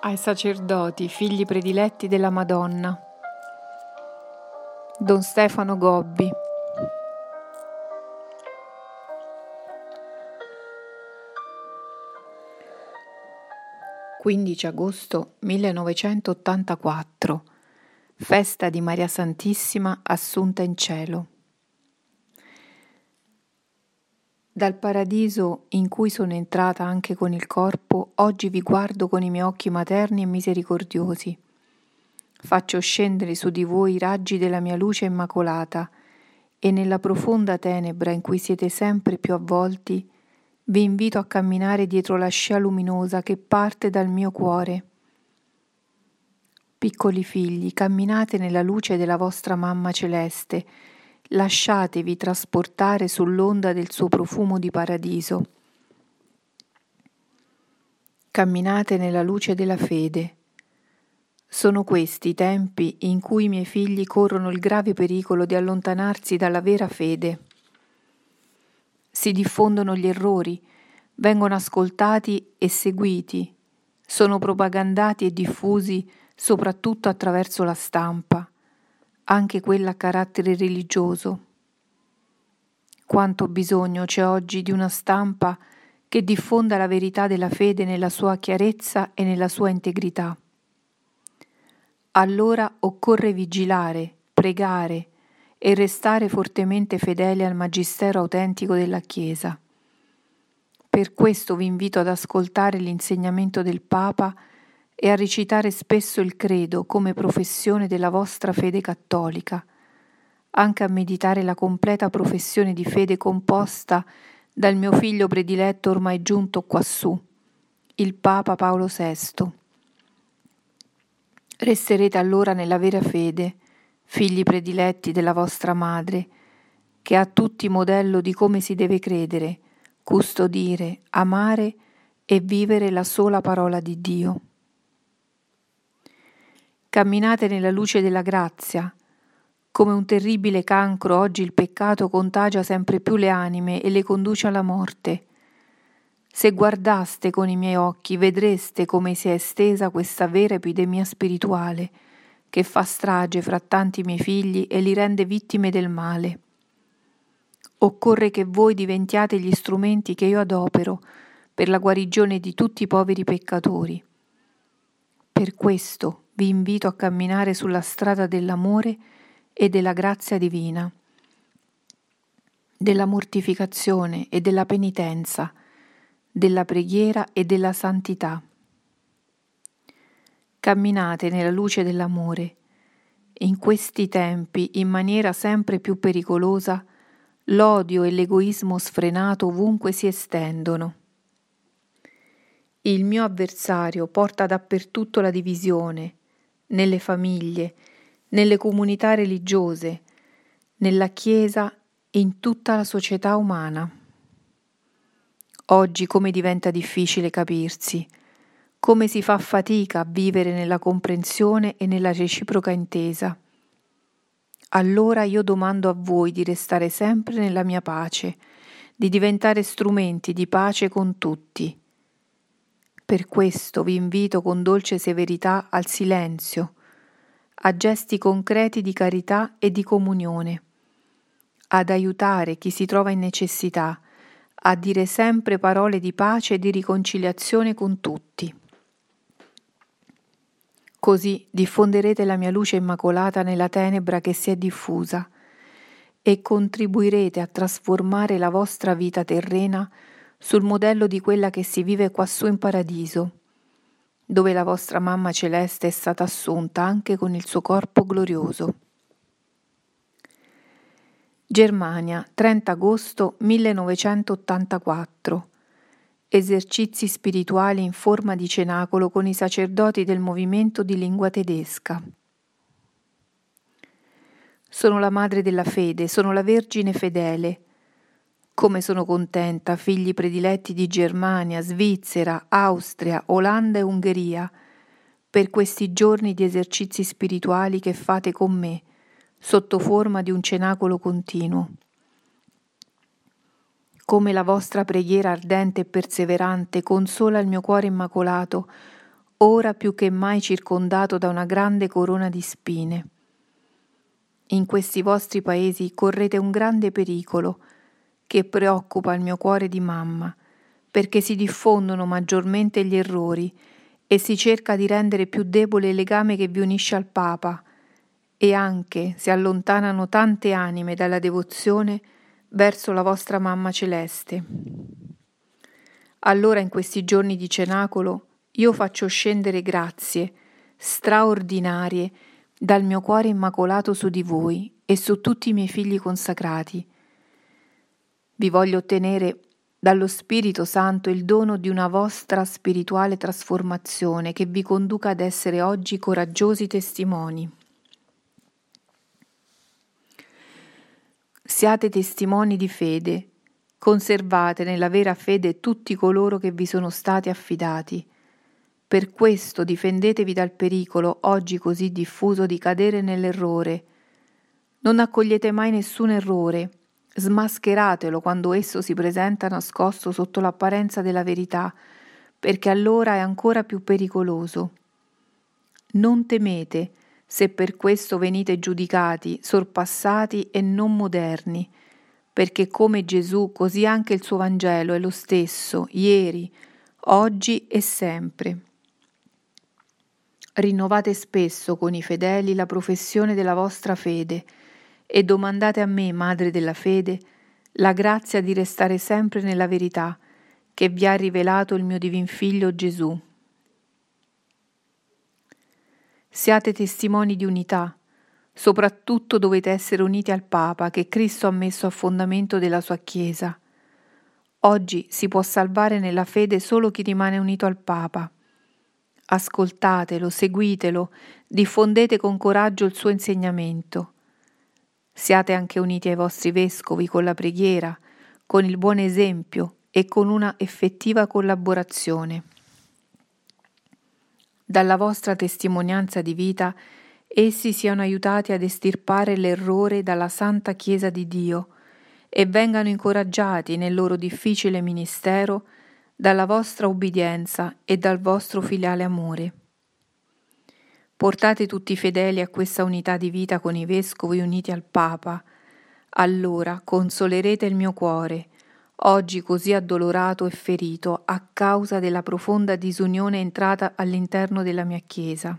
ai sacerdoti, figli prediletti della Madonna. Don Stefano Gobbi. (15 agosto 1984) Festa di Maria Santissima assunta in cielo. Dal paradiso in cui sono entrata anche con il corpo, oggi vi guardo con i miei occhi materni e misericordiosi. Faccio scendere su di voi i raggi della mia luce immacolata e nella profonda tenebra in cui siete sempre più avvolti, vi invito a camminare dietro la scia luminosa che parte dal mio cuore. Piccoli figli, camminate nella luce della vostra mamma celeste, lasciatevi trasportare sull'onda del suo profumo di paradiso. Camminate nella luce della fede. Sono questi i tempi in cui i miei figli corrono il grave pericolo di allontanarsi dalla vera fede. Si diffondono gli errori, vengono ascoltati e seguiti, sono propagandati e diffusi soprattutto attraverso la stampa, anche quella a carattere religioso. Quanto bisogno c'è oggi di una stampa che diffonda la verità della fede nella sua chiarezza e nella sua integrità. Allora occorre vigilare, pregare e restare fortemente fedeli al magistero autentico della Chiesa. Per questo vi invito ad ascoltare l'insegnamento del Papa e a recitare spesso il credo come professione della vostra fede cattolica, anche a meditare la completa professione di fede composta dal mio figlio prediletto ormai giunto quassù, il Papa Paolo VI. Resterete allora nella vera fede, figli prediletti della vostra madre, che ha tutti modello di come si deve credere, custodire, amare e vivere la sola parola di Dio. Camminate nella luce della grazia. Come un terribile cancro oggi il peccato contagia sempre più le anime e le conduce alla morte. Se guardaste con i miei occhi vedreste come si è estesa questa vera epidemia spirituale che fa strage fra tanti miei figli e li rende vittime del male. Occorre che voi diventiate gli strumenti che io adopero per la guarigione di tutti i poveri peccatori. Per questo vi invito a camminare sulla strada dell'amore e della grazia divina, della mortificazione e della penitenza, della preghiera e della santità. Camminate nella luce dell'amore. In questi tempi, in maniera sempre più pericolosa, l'odio e l'egoismo sfrenato ovunque si estendono. Il mio avversario porta dappertutto la divisione, nelle famiglie, nelle comunità religiose, nella Chiesa e in tutta la società umana. Oggi come diventa difficile capirsi, come si fa fatica a vivere nella comprensione e nella reciproca intesa. Allora io domando a voi di restare sempre nella mia pace, di diventare strumenti di pace con tutti. Per questo vi invito con dolce severità al silenzio, a gesti concreti di carità e di comunione, ad aiutare chi si trova in necessità, a dire sempre parole di pace e di riconciliazione con tutti. Così diffonderete la mia luce immacolata nella tenebra che si è diffusa e contribuirete a trasformare la vostra vita terrena sul modello di quella che si vive quassù in paradiso, dove la vostra mamma celeste è stata assunta anche con il suo corpo glorioso. Germania, 30 agosto 1984. Esercizi spirituali in forma di cenacolo con i sacerdoti del movimento di lingua tedesca. Sono la madre della fede, sono la Vergine fedele. Come sono contenta, figli prediletti di Germania, Svizzera, Austria, Olanda e Ungheria, per questi giorni di esercizi spirituali che fate con me, sotto forma di un cenacolo continuo. Come la vostra preghiera ardente e perseverante consola il mio cuore immacolato, ora più che mai circondato da una grande corona di spine. In questi vostri paesi correte un grande pericolo che preoccupa il mio cuore di mamma, perché si diffondono maggiormente gli errori e si cerca di rendere più debole il legame che vi unisce al Papa, e anche si allontanano tante anime dalla devozione verso la vostra mamma celeste. Allora in questi giorni di cenacolo io faccio scendere grazie straordinarie dal mio cuore immacolato su di voi e su tutti i miei figli consacrati. Vi voglio ottenere dallo Spirito Santo il dono di una vostra spirituale trasformazione che vi conduca ad essere oggi coraggiosi testimoni. Siate testimoni di fede, conservate nella vera fede tutti coloro che vi sono stati affidati. Per questo difendetevi dal pericolo oggi così diffuso di cadere nell'errore. Non accogliete mai nessun errore, smascheratelo quando esso si presenta nascosto sotto l'apparenza della verità, perché allora è ancora più pericoloso. Non temete se per questo venite giudicati, sorpassati e non moderni, perché come Gesù, così anche il suo Vangelo è lo stesso, ieri, oggi e sempre. Rinnovate spesso con i fedeli la professione della vostra fede e domandate a me, Madre della Fede, la grazia di restare sempre nella verità che vi ha rivelato il mio divin Figlio Gesù. Siate testimoni di unità, soprattutto dovete essere uniti al Papa che Cristo ha messo a fondamento della sua Chiesa. Oggi si può salvare nella fede solo chi rimane unito al Papa. Ascoltatelo, seguitelo, diffondete con coraggio il suo insegnamento. Siate anche uniti ai vostri vescovi con la preghiera, con il buon esempio e con una effettiva collaborazione. Dalla vostra testimonianza di vita essi siano aiutati ad estirpare l'errore dalla Santa Chiesa di Dio e vengano incoraggiati nel loro difficile ministero dalla vostra ubbidienza e dal vostro filiale amore. Portate tutti i fedeli a questa unità di vita con i vescovi uniti al Papa, allora consolerete il mio cuore, oggi così addolorato e ferito a causa della profonda disunione entrata all'interno della mia Chiesa.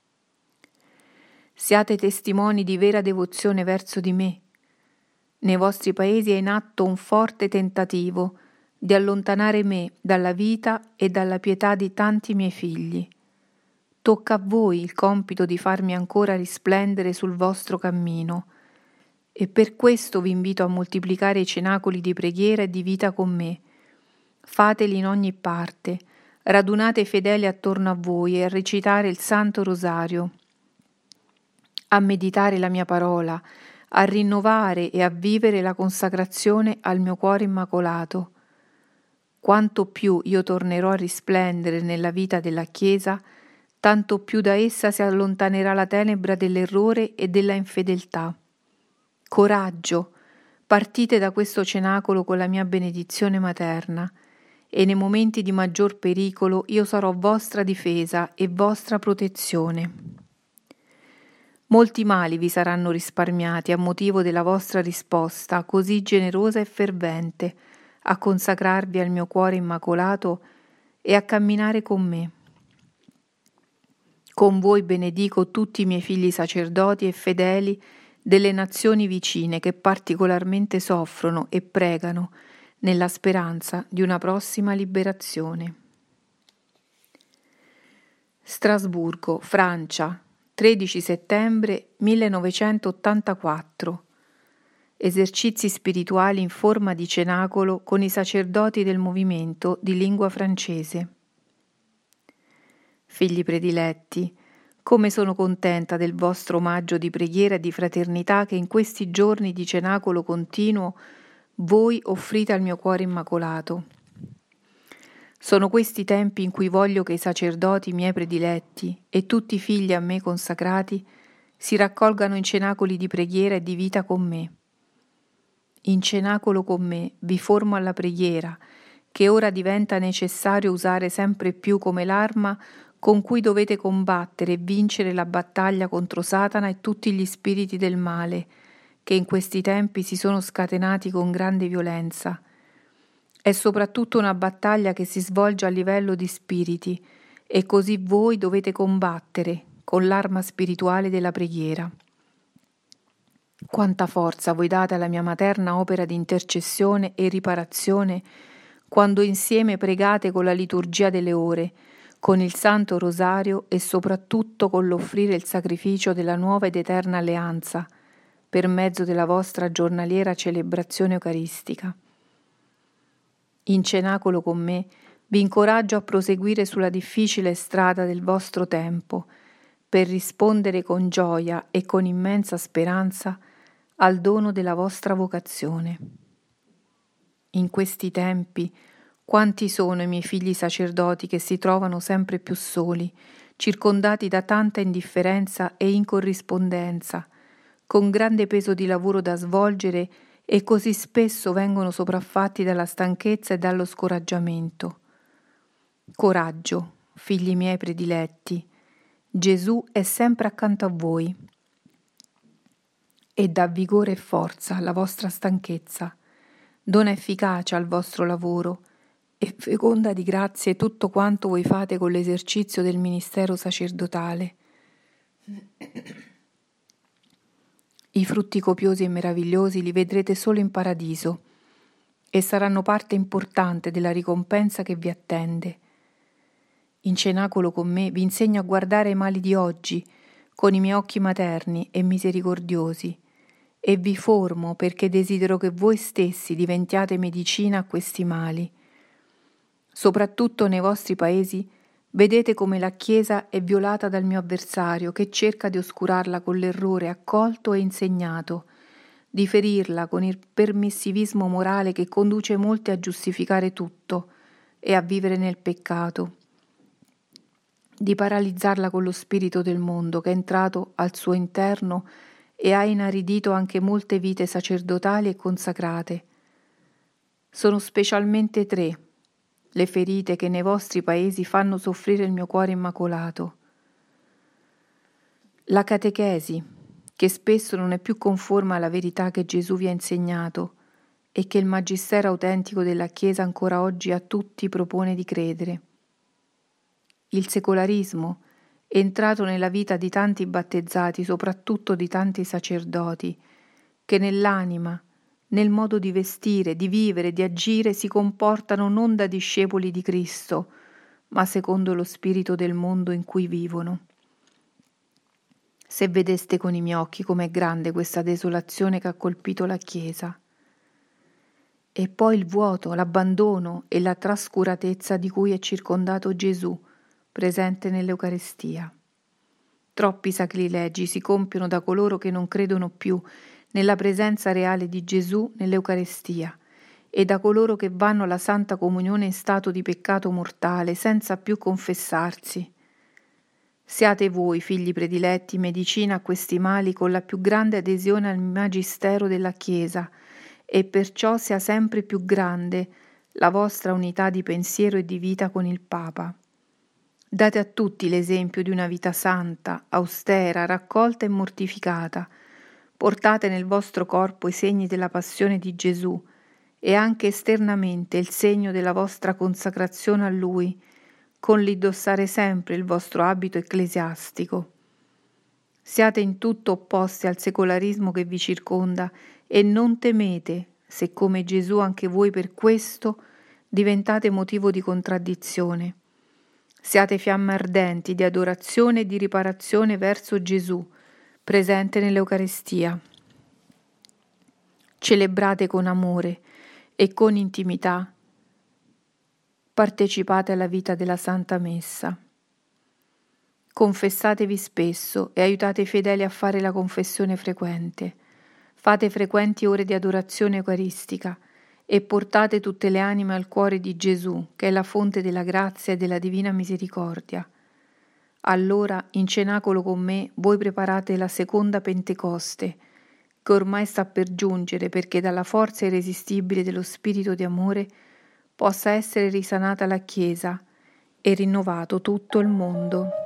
Siate testimoni di vera devozione verso di me. Nei vostri paesi è in atto un forte tentativo di allontanare me dalla vita e dalla pietà di tanti miei figli. Tocca a voi il compito di farmi ancora risplendere sul vostro cammino, e per questo vi invito a moltiplicare i cenacoli di preghiera e di vita con me. Fateli in ogni parte, radunate i fedeli attorno a voi e a recitare il Santo Rosario, a meditare la mia parola, a rinnovare e a vivere la consacrazione al mio cuore immacolato. Quanto più io tornerò a risplendere nella vita della Chiesa, tanto più da essa si allontanerà la tenebra dell'errore e della infedeltà. Coraggio, partite da questo cenacolo con la mia benedizione materna, e nei momenti di maggior pericolo io sarò vostra difesa e vostra protezione. Molti mali vi saranno risparmiati a motivo della vostra risposta così generosa e fervente a consacrarvi al mio cuore immacolato e a camminare con me. Con voi benedico tutti i miei figli sacerdoti e fedeli delle nazioni vicine che particolarmente soffrono e pregano nella speranza di una prossima liberazione. Strasburgo, Francia, 13 settembre 1984. Esercizi spirituali in forma di cenacolo con i sacerdoti del movimento di lingua francese. Figli prediletti, come sono contenta del vostro omaggio di preghiera e di fraternità che in questi giorni di cenacolo continuo voi offrite al mio cuore immacolato. Sono questi tempi in cui voglio che i sacerdoti miei prediletti e tutti i figli a me consacrati si raccolgano in cenacoli di preghiera e di vita con me. In cenacolo con me vi formo alla preghiera, che ora diventa necessario usare sempre più come l'arma con cui dovete combattere e vincere la battaglia contro Satana e tutti gli spiriti del male, che in questi tempi si sono scatenati con grande violenza. È soprattutto una battaglia che si svolge a livello di spiriti, e così voi dovete combattere con l'arma spirituale della preghiera. Quanta forza voi date alla mia materna opera di intercessione e riparazione quando insieme pregate con la liturgia delle ore, con il Santo Rosario e soprattutto con l'offrire il sacrificio della nuova ed eterna alleanza per mezzo della vostra giornaliera celebrazione eucaristica. In cenacolo con me vi incoraggio a proseguire sulla difficile strada del vostro tempo per rispondere con gioia e con immensa speranza al dono della vostra vocazione. In questi tempi quanti sono i miei figli sacerdoti che si trovano sempre più soli, circondati da tanta indifferenza e incorrispondenza, con grande peso di lavoro da svolgere e così spesso vengono sopraffatti dalla stanchezza e dallo scoraggiamento. Coraggio, figli miei prediletti, Gesù è sempre accanto a voi e dà vigore e forza alla vostra stanchezza, dona efficacia al vostro lavoro e feconda di grazie tutto quanto voi fate con l'esercizio del ministero sacerdotale. I frutti copiosi e meravigliosi li vedrete solo in paradiso e saranno parte importante della ricompensa che vi attende. In cenacolo con me vi insegno a guardare ai mali di oggi con i miei occhi materni e misericordiosi e vi formo perché desidero che voi stessi diventiate medicina a questi mali. Soprattutto nei vostri paesi vedete come la Chiesa è violata dal mio avversario che cerca di oscurarla con l'errore accolto e insegnato, di ferirla con il permissivismo morale che conduce molti a giustificare tutto e a vivere nel peccato, di paralizzarla con lo spirito del mondo che è entrato al suo interno e ha inaridito anche molte vite sacerdotali e consacrate. Sono specialmente 3 le ferite che nei vostri paesi fanno soffrire il mio cuore immacolato. La catechesi, che spesso non è più conforme alla verità che Gesù vi ha insegnato e che il magistero autentico della Chiesa ancora oggi a tutti propone di credere. Il secolarismo, entrato nella vita di tanti battezzati, soprattutto di tanti sacerdoti, che nell'anima, nel modo di vestire, di vivere, di agire si comportano non da discepoli di Cristo, ma secondo lo spirito del mondo in cui vivono. Se vedeste con i miei occhi com'è grande questa desolazione che ha colpito la Chiesa. E poi il vuoto, l'abbandono e la trascuratezza di cui è circondato Gesù, presente nell'Eucaristia. Troppi sacrilegi si compiono da coloro che non credono più nella presenza reale di Gesù nell'Eucaristia e da coloro che vanno alla Santa Comunione in stato di peccato mortale senza più confessarsi. Siate voi, figli prediletti, medicina a questi mali con la più grande adesione al magistero della Chiesa e perciò sia sempre più grande la vostra unità di pensiero e di vita con il Papa. Date a tutti l'esempio di una vita santa, austera, raccolta e mortificata. Portate nel vostro corpo i segni della passione di Gesù e anche esternamente il segno della vostra consacrazione a Lui, con l'indossare sempre il vostro abito ecclesiastico. Siate in tutto opposti al secolarismo che vi circonda e non temete se come Gesù anche voi per questo diventate motivo di contraddizione. Siate fiamme ardenti di adorazione e di riparazione verso Gesù, presente nell'Eucaristia. Celebrate con amore e con intimità. Partecipate alla vita della Santa Messa. Confessatevi spesso e aiutate i fedeli a fare la confessione frequente. Fate frequenti ore di adorazione eucaristica e portate tutte le anime al cuore di Gesù, che è la fonte della grazia e della divina misericordia. Allora, in cenacolo con me, voi preparate la seconda Pentecoste, che ormai sta per giungere perché dalla forza irresistibile dello Spirito di amore possa essere risanata la Chiesa e rinnovato tutto il mondo.